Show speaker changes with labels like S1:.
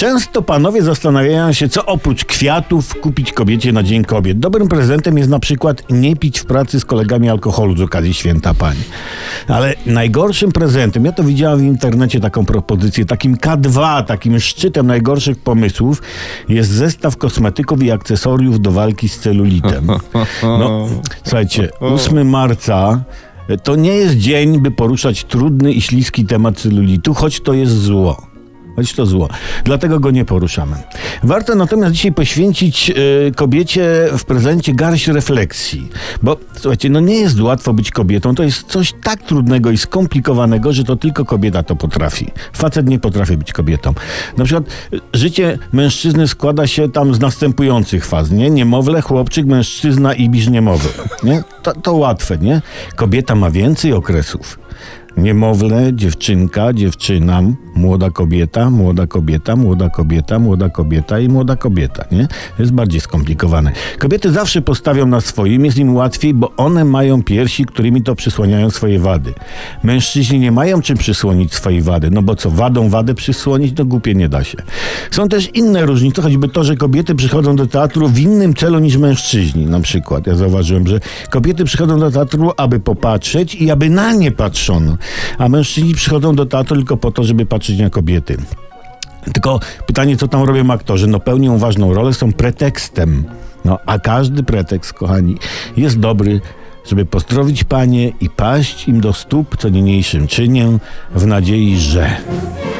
S1: Często panowie zastanawiają się, co oprócz kwiatów kupić kobiecie na Dzień Kobiet. Dobrym prezentem jest na przykład nie pić w pracy z kolegami alkoholu z okazji Święta Pani. Ale najgorszym prezentem, ja to widziałem w internecie taką propozycję, takim K2, takim szczytem najgorszych pomysłów jest zestaw kosmetyków i akcesoriów do walki z celulitem. No, słuchajcie, 8 marca to nie jest dzień, by poruszać trudny i śliski temat celulitu, choć to jest zło. Choć to zło. Dlatego go nie poruszamy. Warto natomiast dzisiaj poświęcić kobiecie w prezencie garść refleksji. Bo słuchajcie, no nie jest łatwo być kobietą. To jest coś tak trudnego i skomplikowanego, że to tylko kobieta to potrafi. Facet nie potrafi być kobietą. Na przykład życie mężczyzny składa się tam z następujących faz, nie? Niemowlę, chłopczyk, mężczyzna i biż niemowy. Nie? To łatwe, nie? Kobieta ma więcej okresów. Niemowlę, dziewczynka, dziewczyna, młoda kobieta, młoda kobieta, młoda kobieta, młoda kobieta i młoda kobieta, nie? Jest bardziej skomplikowane. Kobiety zawsze postawią na swoim, jest im łatwiej, bo one mają piersi, którymi to przysłaniają swoje wady. Mężczyźni nie mają czym przysłonić swojej wady, no bo co, wadę przysłonić, no głupie nie da się. Są też inne różnice, choćby to, że kobiety przychodzą do teatru w innym celu niż mężczyźni. Na przykład, ja zauważyłem, że kobiety przychodzą do teatru, aby popatrzeć i aby na nie patrzono. A mężczyźni przychodzą do teatru tylko po to, żeby patrzeć na kobiety. Tylko pytanie, co tam robią aktorzy? No pełnią ważną rolę, są pretekstem. No a każdy pretekst, kochani, jest dobry, żeby pozdrowić panie i paść im do stóp, co niniejszym czynię, w nadziei, że...